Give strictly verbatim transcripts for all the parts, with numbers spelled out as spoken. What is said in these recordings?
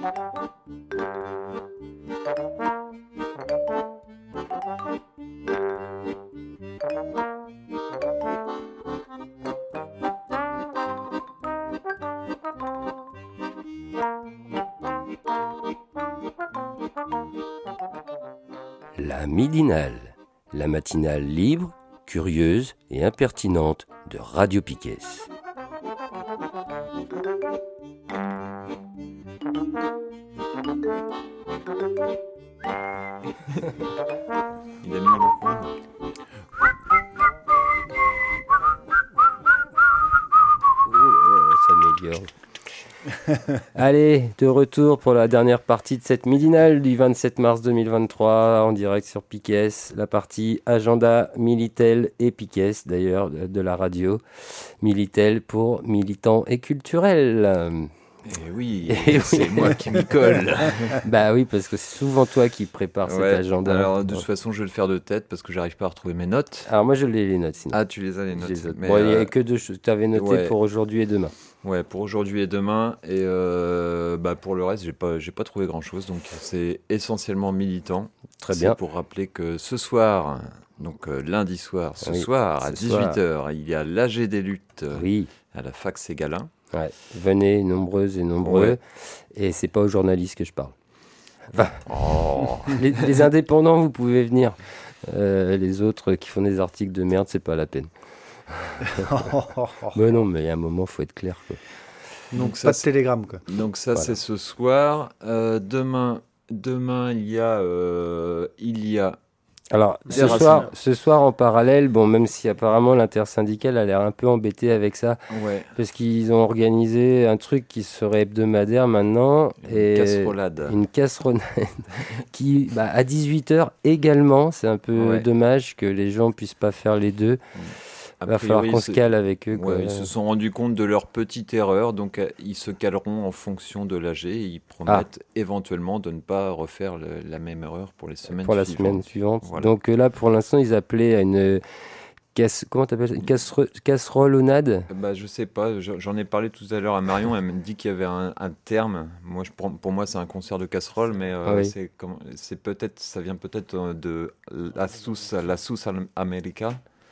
La midinale, la matinale libre, curieuse et impertinente de Radio Piquet. Il a mis le point. Oh là là, ça m'égare. Allez, de retour pour la dernière partie de cette midinale du vingt-sept mars deux mille vingt-trois en direct sur Piquet, la partie agenda Militel et Piquet d'ailleurs de, de la radio. Militel pour militants et culturels. Et oui, et c'est oui. Moi qui m'y colle. Bah oui, parce que c'est souvent toi qui prépares ouais, cet agenda. Alors de toute façon, je vais le faire de tête parce que j'arrive pas à retrouver mes notes. Alors moi, je l'ai les notes sinon. Ah, tu les as les notes. Les mais bon, il n'y euh... a que deux choses. Tu avais noté ouais. pour aujourd'hui et demain. Ouais, pour aujourd'hui et demain. Et euh, bah pour le reste, j'ai pas, j'ai pas trouvé grand-chose. Donc c'est essentiellement militant. Très c'est bien. Pour rappeler que ce soir, donc euh, lundi soir, ce oui, soir ce à dix-huit heures, soir. il y a l'A G des luttes oui. à la fac Ségalin. Ouais. Venez nombreuses et nombreux. Ouais. Et c'est pas aux journalistes que je parle. Enfin, oh. les, les indépendants, vous pouvez venir. Euh, les autres qui font des articles de merde, c'est pas la peine. Mais non, mais il y a un moment, faut être clair, quoi. Donc, donc ça, pas de télégramme, quoi. Donc ça, voilà. C'est ce soir. Euh, demain, demain, il y a, euh, il y a. Alors, ce soir, ce soir, en parallèle, bon, même si apparemment l'intersyndicale a l'air un peu embêtée avec ça, ouais. parce qu'ils ont organisé un truc qui serait hebdomadaire maintenant. Une et casserolade. Une casserolade qui, bah, à dix-huit heures également, c'est un peu ouais. dommage que les gens puissent pas faire les deux. Il va falloir qu'on se cale avec eux. Quoi. Ouais, ils se sont rendus compte de leur petite erreur, donc euh, ils se caleront en fonction de l'A G et ils promettent ah. éventuellement de ne pas refaire le, la même erreur pour les semaines pour suivantes. Pour la semaine suivante. Voilà. Donc euh, là, pour l'instant, ils appelaient à une casse, comment t'appelles ça, une casserole, casserolonade. Bah, je sais pas, j'en ai parlé tout à l'heure à Marion, elle m'a dit qu'il y avait un, un terme. Moi, je, pour, pour moi, c'est un concert de casserole, mais euh, oui. c'est, c'est peut-être, ça vient peut-être de la sauce, la sauce America.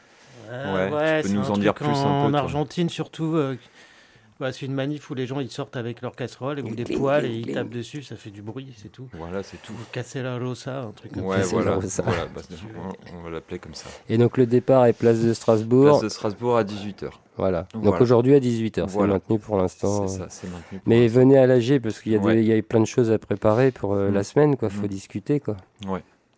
Euh, ouais, ouais, tu peux nous en un dire plus en, un peu. En toi. Argentine, surtout, euh, bah, c'est une manif où les gens ils sortent avec leur casserole ou des poêles et ils tapent dessus, ça fait du bruit, c'est tout. Voilà, c'est tout. Casser la rosa, un truc comme ouais, ça. Voilà, voilà bah, on, on va l'appeler comme ça. Et donc le départ est place de Strasbourg. Place de Strasbourg à dix-huit heures. Voilà. Donc voilà. Aujourd'hui à dix-huit heures, voilà. C'est maintenu pour l'instant. C'est ça, c'est maintenu. Pour Mais l'instant. venez à l'A G parce qu'il y a, ouais. des, il y a plein de choses à préparer pour euh, mmh. la semaine, quoi. Faut mmh. discuter, quoi. Ouais.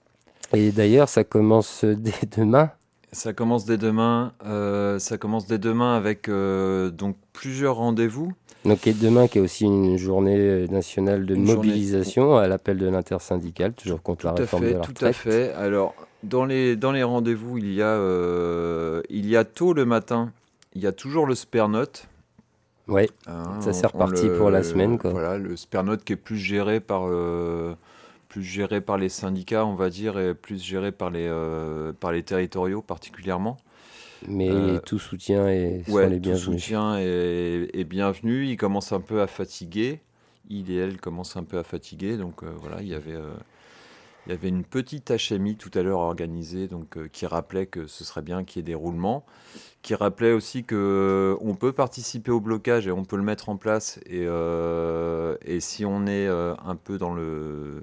Et d'ailleurs, ça commence dès demain. Ça commence dès demain. Euh, ça commence dès demain avec euh, donc plusieurs rendez-vous. Donc et demain, qui est aussi une journée nationale de une mobilisation journée... à l'appel de l'intersyndicale, toujours contre tout la réforme fait, de la retraite. Tout à fait. Alors dans les dans les rendez-vous, il y a euh, il y a tôt le matin, il y a toujours le Spernote. Oui. Hein, ça c'est reparti pour la semaine, quoi. Voilà, le Spernote qui est plus géré par euh, plus géré par les syndicats, on va dire, et plus géré par les, euh, par les territoriaux particulièrement. Mais euh, tout soutien est, ouais, les bienvenus. Tout soutien est, est bienvenu. Il commence un peu à fatiguer. Il et elle commencent un peu à fatiguer. Donc euh, voilà, il y avait... Euh, Il y avait une petite H M I tout à l'heure organisée donc, euh, qui rappelait que ce serait bien qu'il y ait des roulements, qui rappelait aussi qu'on euh, peut participer au blocage et on peut le mettre en place. Et, euh, et si on est euh, un peu dans le...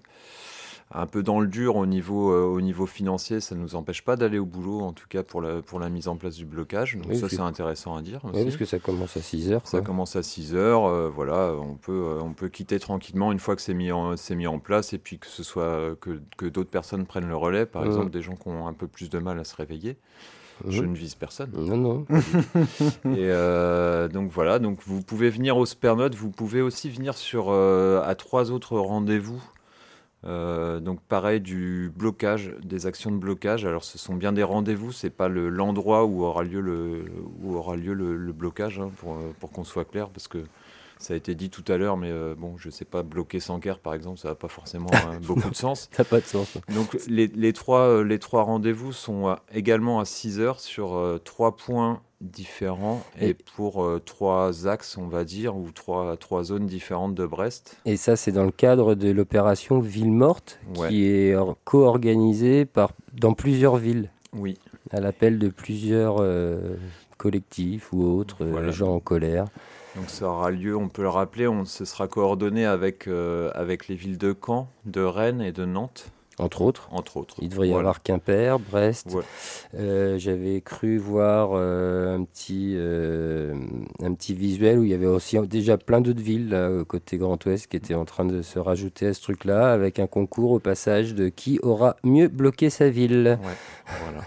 un peu dans le dur au niveau, euh, au niveau financier, ça ne nous empêche pas d'aller au boulot, en tout cas pour la, pour la mise en place du blocage. Donc oui, ça, c'est intéressant à dire aussi. Oui, parce que ça commence à six heures. Ça quoi. commence à six heures, euh, voilà, on peut, euh, on peut quitter tranquillement une fois que c'est mis en, c'est mis en place et puis que, ce soit, que, que d'autres personnes prennent le relais, par mmh. exemple des gens qui ont un peu plus de mal à se réveiller. Mmh. Je ne vise personne. Non, non. Et euh, donc voilà, donc vous pouvez venir au Spernote, vous pouvez aussi venir sur, euh, à trois autres rendez-vous. Euh, donc pareil, du blocage, des actions de blocage. Alors ce sont bien des rendez-vous, c'est pas le, l'endroit où aura lieu le, où aura lieu le, le blocage, hein, pour, pour qu'on soit clair, parce que ça a été dit tout à l'heure, mais euh, bon, je sais pas, bloquer sans guerre par exemple, ça n'a pas forcément hein, beaucoup de sens. Ça n'a pas de sens. Donc les, les, trois, les trois rendez-vous sont à, également à six heures sur euh, trois points différents et, Et- pour euh, trois axes, on va dire, ou trois, trois zones différentes de Brest. Et ça, c'est dans le cadre de l'opération Ville Morte, Ouais. qui est or- co-organisée par, dans plusieurs villes, Oui, à l'appel de plusieurs euh, collectifs ou autres euh, Voilà. gens en colère. donc ça aura lieu, on peut le rappeler, on se sera coordonné avec, euh, avec les villes de Caen, de Rennes et de Nantes, Entre autres. entre autres. Il devrait y Voilà. avoir Quimper, Brest. Ouais. Euh, j'avais cru voir euh, un, petit, euh, un petit visuel où il y avait aussi déjà plein d'autres villes là, euh, côté Grand Ouest qui étaient en train de se rajouter à ce truc-là avec un concours au passage de qui aura mieux bloqué sa ville. Ouais, voilà.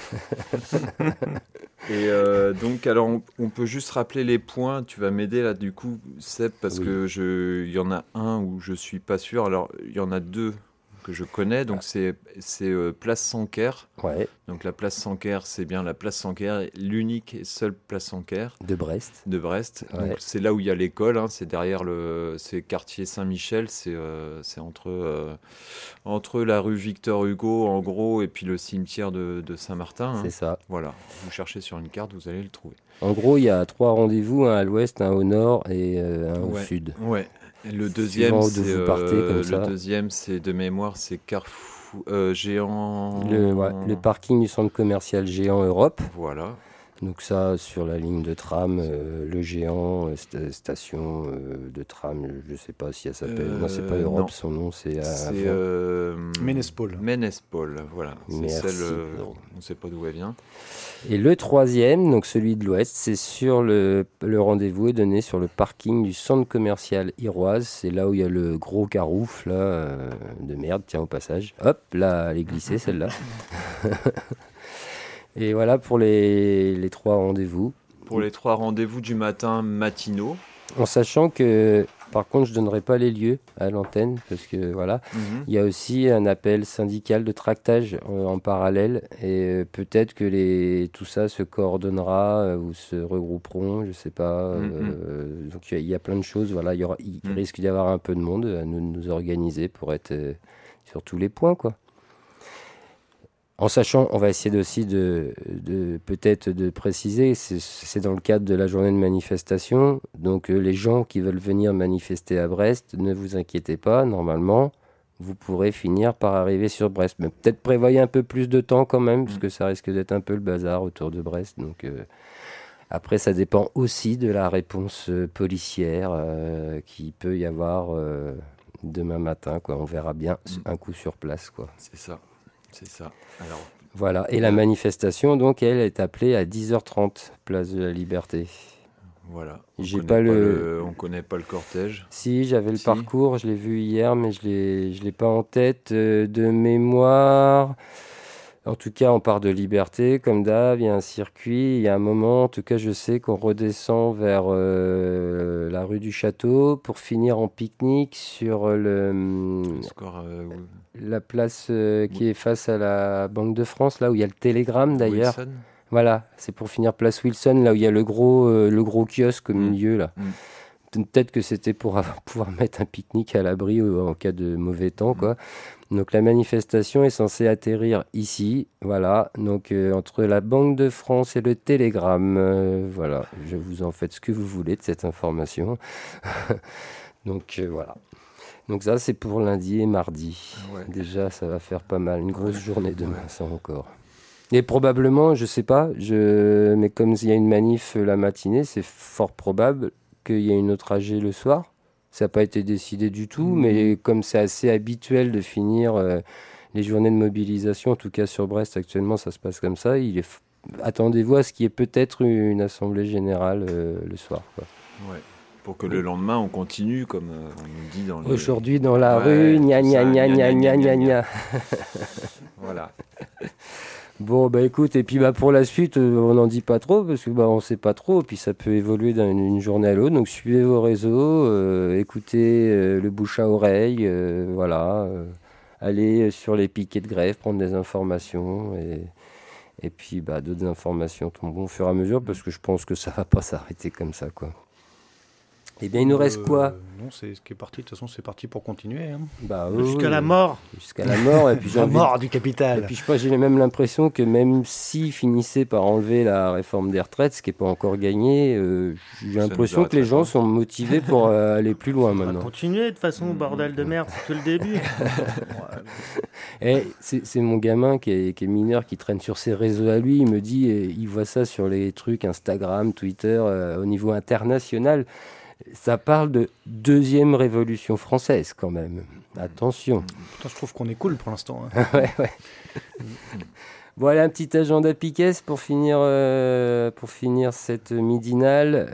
Et euh, donc, alors, on, on peut juste rappeler les points. Tu vas m'aider là, du coup, Seb, parce Oui. que je, il y en a un où je suis pas sûr. Alors, il y en a deux que je connais. Donc, c'est, c'est euh, Place Sanquer. Ouais, Donc, la Place Sanquer, c'est bien la Place Sanquer, l'unique et seule Place Sanquer de Brest. de Brest. Ouais. Donc, c'est là où il y a l'école. Hein, c'est derrière le, c'est quartier Saint-Michel. C'est, euh, c'est entre, euh, entre la rue Victor Hugo, en gros, et puis le cimetière de, de Saint-Martin. Hein. C'est ça. Voilà, vous cherchez sur une carte, vous allez le trouver. En gros, il y a trois rendez-vous, un à l'ouest, un au nord et euh, un au Ouais. sud. Ouais. Et le deuxième, Suivant d'où c'est vous partez, euh, comme le ça. deuxième, c'est de mémoire, c'est Carrefour euh, Géant. Le, ouais, le parking du centre commercial Géant Europe. Voilà. Donc ça, sur la ligne de tram, euh, le Géant, euh, sta- station euh, de tram, je ne sais pas si elle s'appelle. Euh, non, c'est pas non. Europe, son nom, c'est... à- C'est avant. euh, Ménespole. Ménespole, voilà. C'est Merci. celle, euh, on ne sait pas d'où elle vient. Et le troisième, donc celui de l'ouest, c'est sur le, le rendez-vous est donné sur le parking du centre commercial Iroise. C'est là où il y a le gros carouf là, euh, de merde, tiens au passage. Hop, là, elle est glissée celle-là. Et voilà pour les, les trois rendez-vous. Pour les trois rendez-vous du matin matinaux. En sachant que, par contre, je ne donnerai pas les lieux à l'antenne, parce que voilà. Mhm. Il y a aussi un appel syndical de tractage euh, en parallèle, et euh, peut-être que les, tout ça se coordonnera euh, ou se regrouperont, je sais pas. euh, donc il y, a- il y a plein de choses, voilà. Il, y aura, il Mhm. risque d'y avoir un peu de monde à nous, nous organiser pour être euh, sur tous les points, quoi. En sachant, on va essayer aussi de, de peut-être de préciser, c'est, c'est dans le cadre de la journée de manifestation, donc euh, les gens qui veulent venir manifester à Brest, ne vous inquiétez pas, normalement, vous pourrez finir par arriver sur Brest. Mais peut-être prévoyez un peu plus de temps quand même, parce Mm. que ça risque d'être un peu le bazar autour de Brest. Donc, euh, après, ça dépend aussi de la réponse euh, policière euh, qui peut y avoir euh, demain matin, quoi. On verra bien Mm. un coup sur place, quoi. C'est ça. C'est ça. Alors, Voilà, et la manifestation, donc, elle est appelée à dix heures trente, place de la Liberté. voilà. On J'ai connaît pas le- On connaît pas le cortège. Si, j'avais le Si. parcours, je l'ai vu hier, mais je l'ai, je l'ai pas en tête euh, de mémoire. En tout cas, on part de Liberté, comme d'hab, il y a un circuit, il y a un moment, en tout cas, je sais qu'on redescend vers euh, la rue du Château pour finir en pique-nique sur le, hum, Score, euh, la place euh, qui est face à la Banque de France, là où il y a le télégramme d'ailleurs. Wilson. Voilà, c'est pour finir place Wilson, là où il y a le gros, euh, le gros kiosque au Mm. milieu, là. Mm. Pe- Peut-être que c'était pour avoir- pouvoir mettre un pique-nique à l'abri euh, en cas de mauvais temps, quoi. Donc la manifestation est censée atterrir ici, voilà. Donc euh, entre la Banque de France et le télégramme, euh, voilà. Je vous en faites ce que vous voulez de cette information. Donc euh, voilà. Donc ça, c'est pour lundi et mardi. Ouais. Déjà, ça va faire pas mal. Une grosse Ouais. journée demain, Ouais. ça encore. Et probablement, je sais pas, je... mais comme il y a une manif euh, la matinée, c'est fort probable qu'il y ait une autre A G le soir. Ça n'a pas été décidé du tout, Mhm. mais comme c'est assez habituel de finir euh, les journées de mobilisation, en tout cas sur Brest actuellement, ça se passe comme ça. Il est f- Attendez-vous à ce qu'il y ait peut-être une assemblée générale euh, le soir, quoi. Ouais. Pour que le lendemain, on continue, comme euh, on nous dit dans les... Aujourd'hui dans la Ouais, rue, gna tout gna ça, gna gna gna gna gna. Voilà. Bon, bah écoute, et puis bah pour la suite, euh, on n'en dit pas trop, parce que bah on sait pas trop, puis ça peut évoluer d'une une journée à l'autre. Donc suivez vos réseaux, euh, écoutez euh, le bouche à oreille, euh, voilà. euh, allez sur les piquets de grève, prendre des informations, et, et puis bah d'autres informations tomberont au fur et à mesure, parce que je pense que ça va pas s'arrêter comme ça, quoi. Eh bien, il nous reste Euh, quoi? Non, c'est ce qui est parti. De toute façon, c'est parti pour continuer. hein. Bah, oui, Jusqu'à oui, la mort. Jusqu'à la mort. Et puis, j'ai La envie de- mort du Et capital. puis je pense, j'ai même l'impression que même s'ils finissaient par enlever la réforme des retraites, ce qui n'est pas encore gagné, euh, j'ai Ça l'impression nous que les gens arrêtera sont motivés pour euh, aller plus loin On va maintenant. continuer de toute façon, bordel de merde, c'est que le début. Et c'est, c'est mon gamin qui est, qui est mineur, qui traîne sur ses réseaux à lui, il me dit, euh, il voit ça sur les trucs Instagram, Twitter, euh, au niveau international. Ça parle de deuxième révolution française quand même. Attention. Putain, je trouve qu'on est cool pour l'instant. hein. Ouais, ouais. Voilà un petit agenda Piquet pour finir, euh, pour finir cette midinale.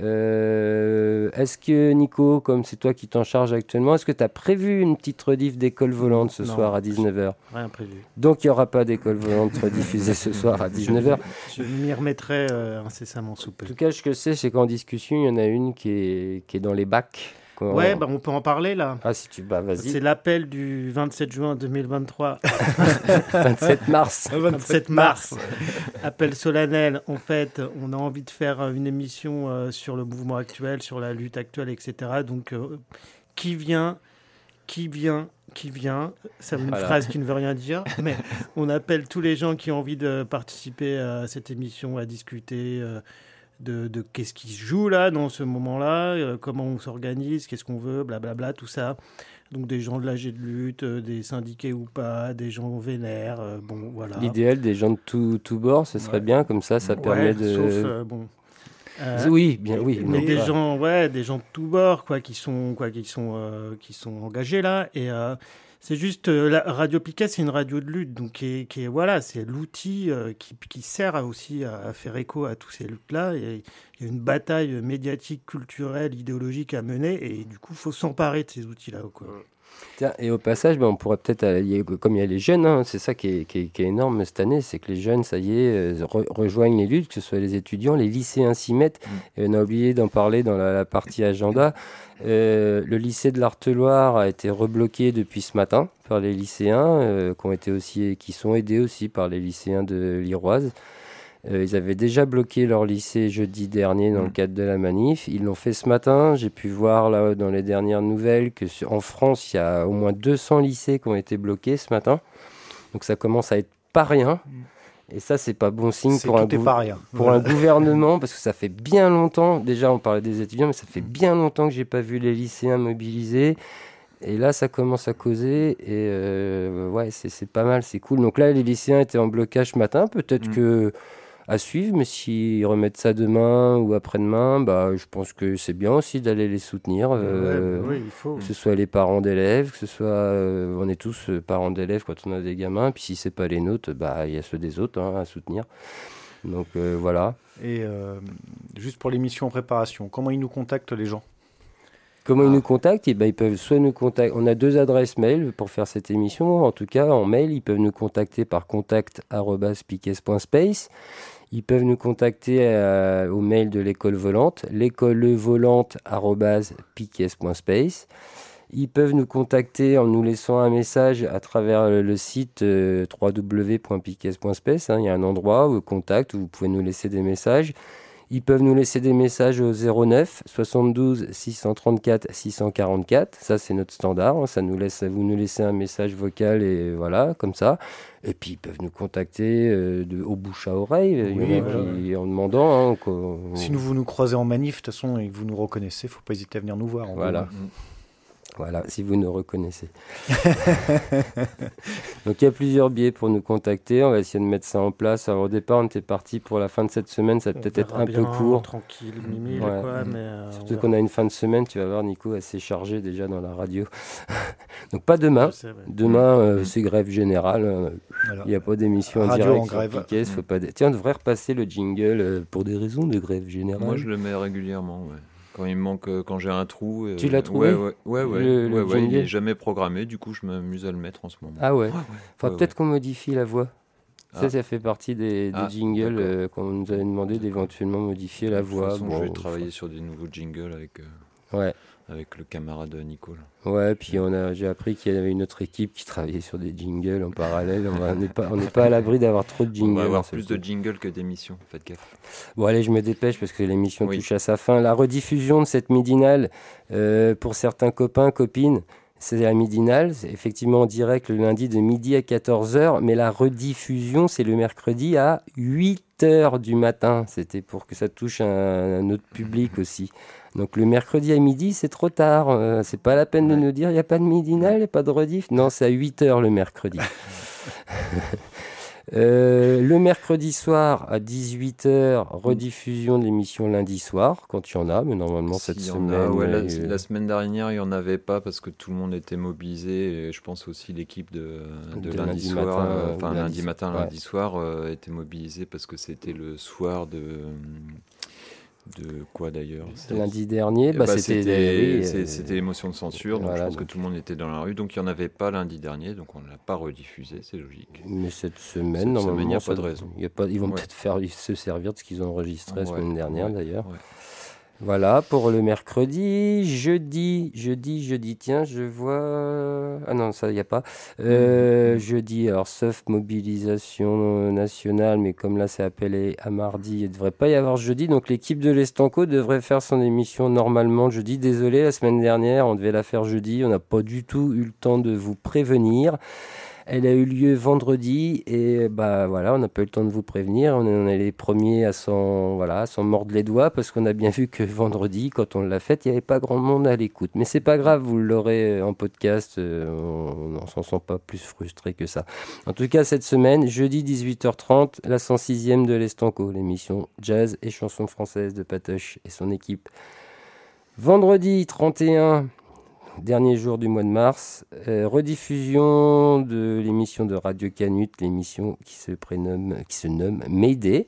Euh, est-ce que Nico, comme c'est toi qui t'en charges actuellement, est-ce que tu as prévu une petite rediff d'école volante ce Non. soir à dix-neuf heures? Rien prévu. Donc il n'y aura pas d'école volante rediffusée ce soir à dix-neuf heures. Je m'y remettrai euh, incessamment sous peu. En tout cas, ce que je sais, c'est qu'en discussion, il y en a une qui est, qui est dans les bacs. Quand- Ouais, bah, on peut en parler là. Ah, si tu... Bah, vas-y. C'est l'appel du vingt-sept juin deux mille vingt-trois. vingt-sept mars. vingt-sept mars. Appel solennel. En fait, on a envie de faire une émission euh, sur le mouvement actuel, sur la lutte actuelle, et cetera. Donc, euh, qui vient Qui vient Qui vient C'est une Voilà. phrase qui ne veut rien dire, mais on appelle tous les gens qui ont envie de participer à cette émission, à discuter euh, de, de qu'est-ce qui se joue là, dans ce moment-là, euh, comment on s'organise, qu'est-ce qu'on veut, blablabla, tout ça. Donc des gens de l'A G de lutte, euh, des syndiqués ou pas, des gens vénères, euh, bon voilà. L'idéal des gens de tout, tout bord, ce serait Ouais. bien, comme ça, ça Ouais, permet de... Sauf, euh, bon... euh, Oui, bien oui. mais non, des pas- gens, ouais, des gens de tous bords, quoi, qui sont, quoi, qui sont, euh, qui sont engagés là. Et euh, c'est juste, euh, la Radio Piquet, c'est une radio de lutte, donc qui est, qui est- voilà, c'est l'outil euh, qui, qui sert à aussi à, à faire écho à tous ces luttes-là. Et il y a une bataille médiatique, culturelle, idéologique à mener, et du coup, il faut s'emparer de ces outils-là, quoi. Tiens, et au passage, ben, on pourrait peut-être, euh, il y a- comme il y a les jeunes, hein, c'est ça qui est, qui est- qui est énorme cette année, c'est que les jeunes, ça y est, euh, re- rejoignent les luttes, que ce soit les étudiants, les lycéens s'y mettent. Et on a oublié d'en parler dans la, la partie agenda. Euh, le lycée de l'Arteloire a été rebloqué depuis ce matin par les lycéens, euh, qui ont été aussi, qui sont aidés aussi par les lycéens de l'Iroise. Euh, ils avaient déjà bloqué leur lycée jeudi dernier dans le cadre de la manif. Ils l'ont fait ce matin. J'ai pu voir là, dans les dernières nouvelles qu'en France, il y a au moins deux cents lycées qui ont été bloqués ce matin. Donc ça commence à être pas rien. Et ça, c'est pas bon signe C'est pour, un, tout est gou- pas rien. pour un gouvernement, parce que ça fait bien longtemps, déjà on parlait des étudiants, mais ça fait bien longtemps que j'ai pas vu les lycéens mobilisés. Et là, ça commence à causer. Et euh, ouais, c'est c'est pas mal, c'est cool. Donc là, les lycéens étaient en blocage ce matin. Peut-être Mm. que à suivre, mais s'ils remettent ça demain ou après-demain, bah, je pense que c'est bien aussi d'aller les soutenir. euh, Ouais, bah oui, il faut. Que ce soit les parents d'élèves, que ce soit... euh, on est tous euh, parents d'élèves quand on a des gamins. Puis si c'est pas les nôtres, bah, il y a ceux des autres hein, à soutenir. Donc euh, voilà. Et euh, juste pour l'émission en préparation, comment ils nous contactent les gens? Comment ils Ah. nous contactent? Eh ben, ils peuvent soit nous contacter. On a deux adresses mail pour faire cette émission. En tout cas, en mail, ils peuvent nous contacter par contact arobase piquet point space. Ils peuvent nous contacter euh, au mail de l'école volante, l'écolevolante arobase piquet point space. Ils peuvent nous contacter en nous laissant un message à travers le, le site euh, w w w point piquet point space. Hein. Il y a un endroit où contact où vous pouvez nous laisser des messages. Ils peuvent nous laisser des messages au zéro neuf soixante-douze six cent trente-quatre six cent quarante-quatre. Ça, c'est notre standard. hein. Ça nous laisse, vous nous laissez un message vocal et voilà, comme ça. Et puis, ils peuvent nous contacter euh, de, au bouche à oreille. Il y en Oui, a voilà. qui- en demandant. hein, qu'on- Si nous, vous nous croisez en manif, de toute façon, et que vous nous reconnaissez, faut pas hésiter à venir nous voir. en Voilà. gros. Voilà, si vous nous reconnaissez. Donc il y a plusieurs biais pour nous contacter. On va essayer de mettre ça en place. Alors au départ, on était parti pour la fin de cette semaine. Ça va On peut-être être verra un peu bien, court. Tranquille, mimile, Ouais. quoi, mais... euh, Surtout on qu'on a une fin de semaine, tu vas voir Nico, assez chargé déjà dans la radio. Donc pas demain. verra. Je sais, ouais. Demain, euh, c'est grève générale. hein. Voilà. Il n'y a pas d'émission en Radio direct en sur grève. Piquet, faut pas dé- Tiens, on devrait repasser le jingle euh, pour des raisons de grève générale. Moi, je le mets régulièrement, ouais. Quand il me manque, euh, quand j'ai un trou. euh, Tu l'as trouvé Ouais, ouais, ouais. ouais, Le- le ouais, ouais, il jingle est jamais programmé, du coup, je m'amuse à le mettre en ce moment. Ah ouais. Ouais, ouais. Enfin, Ouais, peut-être ouais. qu'on modifie la voix. Ça, Ah. ça fait partie des, des Ah, jingles d'accord. euh, qu'on nous avait demandé d'éventuellement modifier la De toute voix. façon, Bon, je vais enfin, travailler sur des nouveaux jingles avec. euh, Ouais. Avec le camarade Nicole. Ouais, puis on a, j'ai appris qu'il y avait une autre équipe qui travaillait sur des jingles en parallèle. On n'est pas, on n'est pas à l'abri d'avoir trop de jingles. On va avoir hein, plus de jingles que d'émissions, faites gaffe. Bon, allez, je me dépêche parce que l'émission Oui. touche à sa fin. La rediffusion de cette midinale, euh, pour certains copains, copines, c'est la midinale. C'est effectivement en direct le lundi de midi à quatorze heures, mais la rediffusion, c'est le mercredi à huit heures du matin. C'était pour que ça touche un, un autre public aussi. Donc le mercredi à midi, c'est trop tard. Euh, c'est pas la peine Ouais. de nous dire il n'y a pas de midinale, il n'y a pas de rediff. Non, c'est à huit heures le mercredi. euh, le mercredi soir à dix-huit heures, rediffusion de l'émission lundi soir, quand il y en a, mais normalement cette S'il y en semaine. a, ouais, la, euh, la semaine dernière, il n'y en avait pas parce que tout le monde était mobilisé. Et je pense aussi l'équipe de, de, De lundi, lundi soir, matin, euh, euh, enfin lundi lundi soir, matin, ouais. lundi soir, euh, était mobilisée parce que c'était le soir de. De quoi d'ailleurs C'était- Lundi dernier, Eh bah, bah, c'était, c'était oui, c'est- euh, c'était l'émotion de censure, donc voilà, je pense donc. que tout le monde était dans la rue. Donc il n'y en avait pas lundi dernier, donc on ne l'a pas rediffusé, c'est logique. Mais cette semaine, Cette normalement, semaine, y a ça- pas de raison. y a pas, ils vont Ouais. peut-être faire, se servir de ce qu'ils ont enregistré la Ouais, semaine dernière ouais, d'ailleurs. ouais. Voilà pour le mercredi. Jeudi, jeudi, jeudi, tiens, je vois. Ah non, ça, il n'y a pas. Euh, Mhm. Jeudi, alors, sauf mobilisation nationale, mais comme là, c'est appelé à mardi, il ne devrait pas y avoir jeudi. Donc, l'équipe de l'Estanco devrait faire son émission normalement jeudi. Désolé, la semaine dernière, on devait la faire jeudi. On n'a pas du tout eu le temps de vous prévenir. Elle a eu lieu vendredi et bah voilà, on n'a pas eu le temps de vous prévenir. On est, on est les premiers à s'en voilà, à s'en mordre les doigts parce qu'on a bien vu que vendredi, quand on l'a faite, il n'y avait pas grand monde à l'écoute. Mais c'est pas grave, vous l'aurez en podcast. euh, on ne s'en sent pas plus frustré que ça. En tout cas, cette semaine, jeudi dix-huit heures trente, la cent sixième de l'Estanco, l'émission jazz et chansons françaises de Patoche et son équipe. Vendredi trente et un. Dernier jour du mois de mars, euh, rediffusion de l'émission de Radio Canut, l'émission qui se prénomme, qui se nomme Mayday.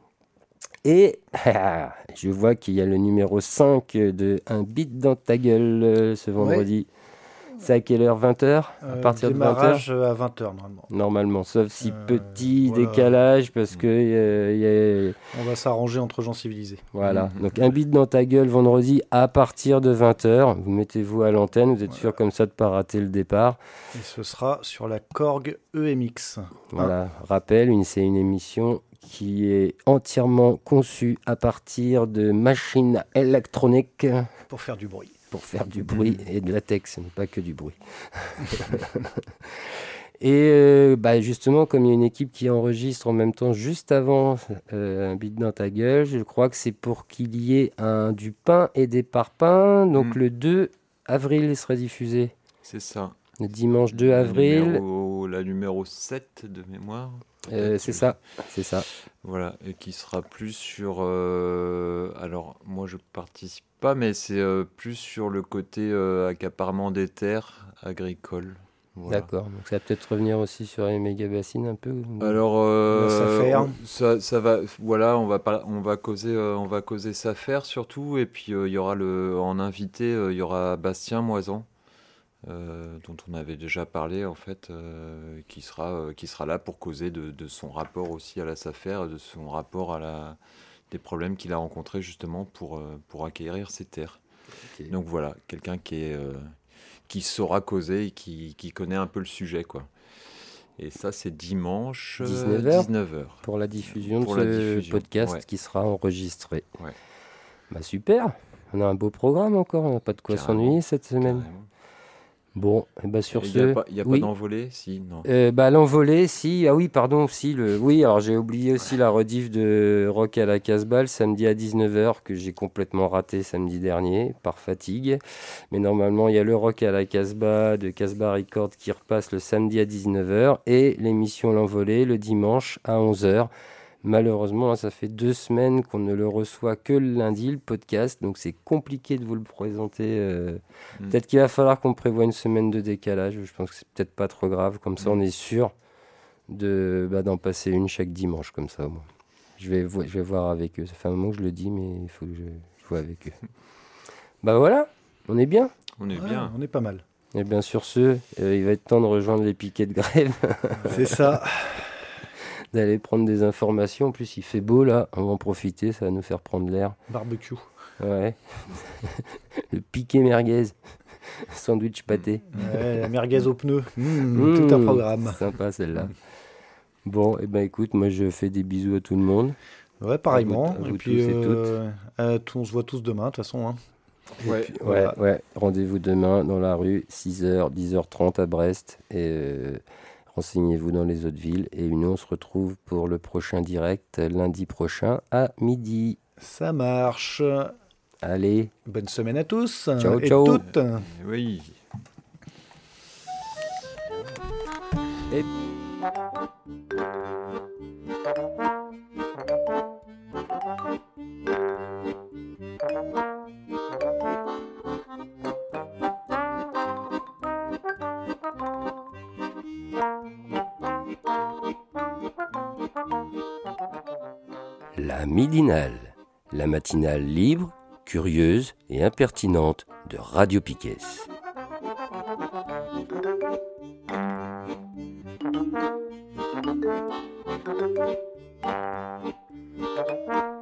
Et je vois qu'il y a le numéro cinq de Un beat dans ta gueule euh, ce vendredi. C'est à quelle heure? vingt heures? À Euh, partir de vingt heures? démarrage à vingt heures normalement. Normalement, sauf si Euh, petit voilà. décalage, parce que euh, il y a... On va s'arranger entre gens civilisés. Voilà, Mhm. donc un beat dans ta gueule vendredi à partir de vingt heures. Vous mettez-vous à l'antenne, vous êtes Voilà. sûr comme ça de ne pas rater le départ. Et ce sera sur la Korg E M X. Voilà, rappel, une, c'est une émission qui est entièrement conçue à partir de machines électroniques Pour faire du bruit. pour faire du bruit et de latex, pas que du bruit. Et euh, bah justement, comme il y a une équipe qui enregistre en même temps, juste avant euh, un beat dans ta gueule, je crois que c'est pour qu'il y ait un, du pain et des parpaings. Donc Mm. le deux avril, il sera diffusé. C'est ça. Le dimanche deux La avril. numéro- la numéro sept de mémoire. Euh, peut-être, c'est je- ça, c'est ça. Voilà, et qui sera plus sur... euh, alors, moi, je participe pas, mais c'est euh, plus sur le côté euh, accaparement des terres agricoles. Voilà. D'accord. Donc ça va peut-être revenir aussi sur les méga bassines un peu. ou- Alors, euh, La Safer. on- ça, ça va, voilà, on va pas, on va causer, euh, on va causer Safer surtout, et puis euh, il y aura le, en invité, euh, il y aura Bastien Moisan, euh, dont on avait déjà parlé en fait, euh, qui sera, euh, qui sera là pour causer de, de son rapport aussi à la Safer, de son rapport à la, des problèmes qu'il a rencontrés justement pour, euh, pour acquérir ces terres. Ok. Donc voilà, quelqu'un qui est, euh, qui saura causer et qui, qui connaît un peu le sujet, quoi. Et ça, c'est dimanche euh, dix-neuf heures dix-neuf heures. Pour la diffusion Pour de la ce diffusion, podcast ouais. qui sera enregistré. Ouais. Bah super, on a un beau programme encore, on n'a pas de quoi Carrément, s'ennuyer cette semaine. Carrément. Bon, et bah sur Il ce... n'y a pas, y a pas oui. d'envolée, si, non. Euh, bah l'envolée, si, ah oui, pardon, si, le... oui, alors j'ai oublié aussi la rediff de Rock à la Casbah, le samedi à dix-neuf heures, que j'ai complètement raté samedi dernier, par fatigue. Mais normalement, il y a le Rock à la Casbah de Casbah Records qui repasse le samedi à dix-neuf heures, et l'émission L'Envolée le dimanche à onze heures. Malheureusement, là, ça fait deux semaines qu'on ne le reçoit que le lundi, le podcast, donc c'est compliqué de vous le présenter. euh. Mm. Peut-être qu'il va falloir qu'on prévoie une semaine de décalage, je pense que c'est peut-être pas trop grave, comme ça Mm. on est sûr de, bah, d'en passer une chaque dimanche, comme ça au moins. Je vais, vo- je vais voir avec eux, ça fait un moment que je le dis, mais il faut que je, je vois avec eux. Bah voilà, on est bien. On est Ouais, bien. on est pas mal. Et bien sur ce, euh, il va être temps de rejoindre les piquets de grève. C'est ça. D'aller prendre des informations. En plus, il fait beau là, on va en profiter, ça va nous faire prendre l'air. Barbecue. Ouais. Le piqué merguez. Sandwich pâté. Ouais, la merguez aux pneus. Mmh, Mmh, tout un programme. Sympa celle-là. Bon, et eh ben écoute, moi je fais des bisous à tout le monde. Ouais, pareillement. À vous- à vous et puis, tous et euh, euh, tout- on se voit tous demain, de toute façon. Hein. Et Ouais, puis, ouais, voilà. ouais. Rendez-vous demain dans la rue, six heures, dix heures trente à Brest. Et euh, renseignez-vous dans les autres villes. Et nous, on se retrouve pour le prochain direct lundi prochain à midi. Ça marche. Allez, Bonne semaine à tous. Ciao, et ciao. toutes. Oui. Et- La midinale, la matinale libre, curieuse et impertinente de Radio Piquet. Thank you.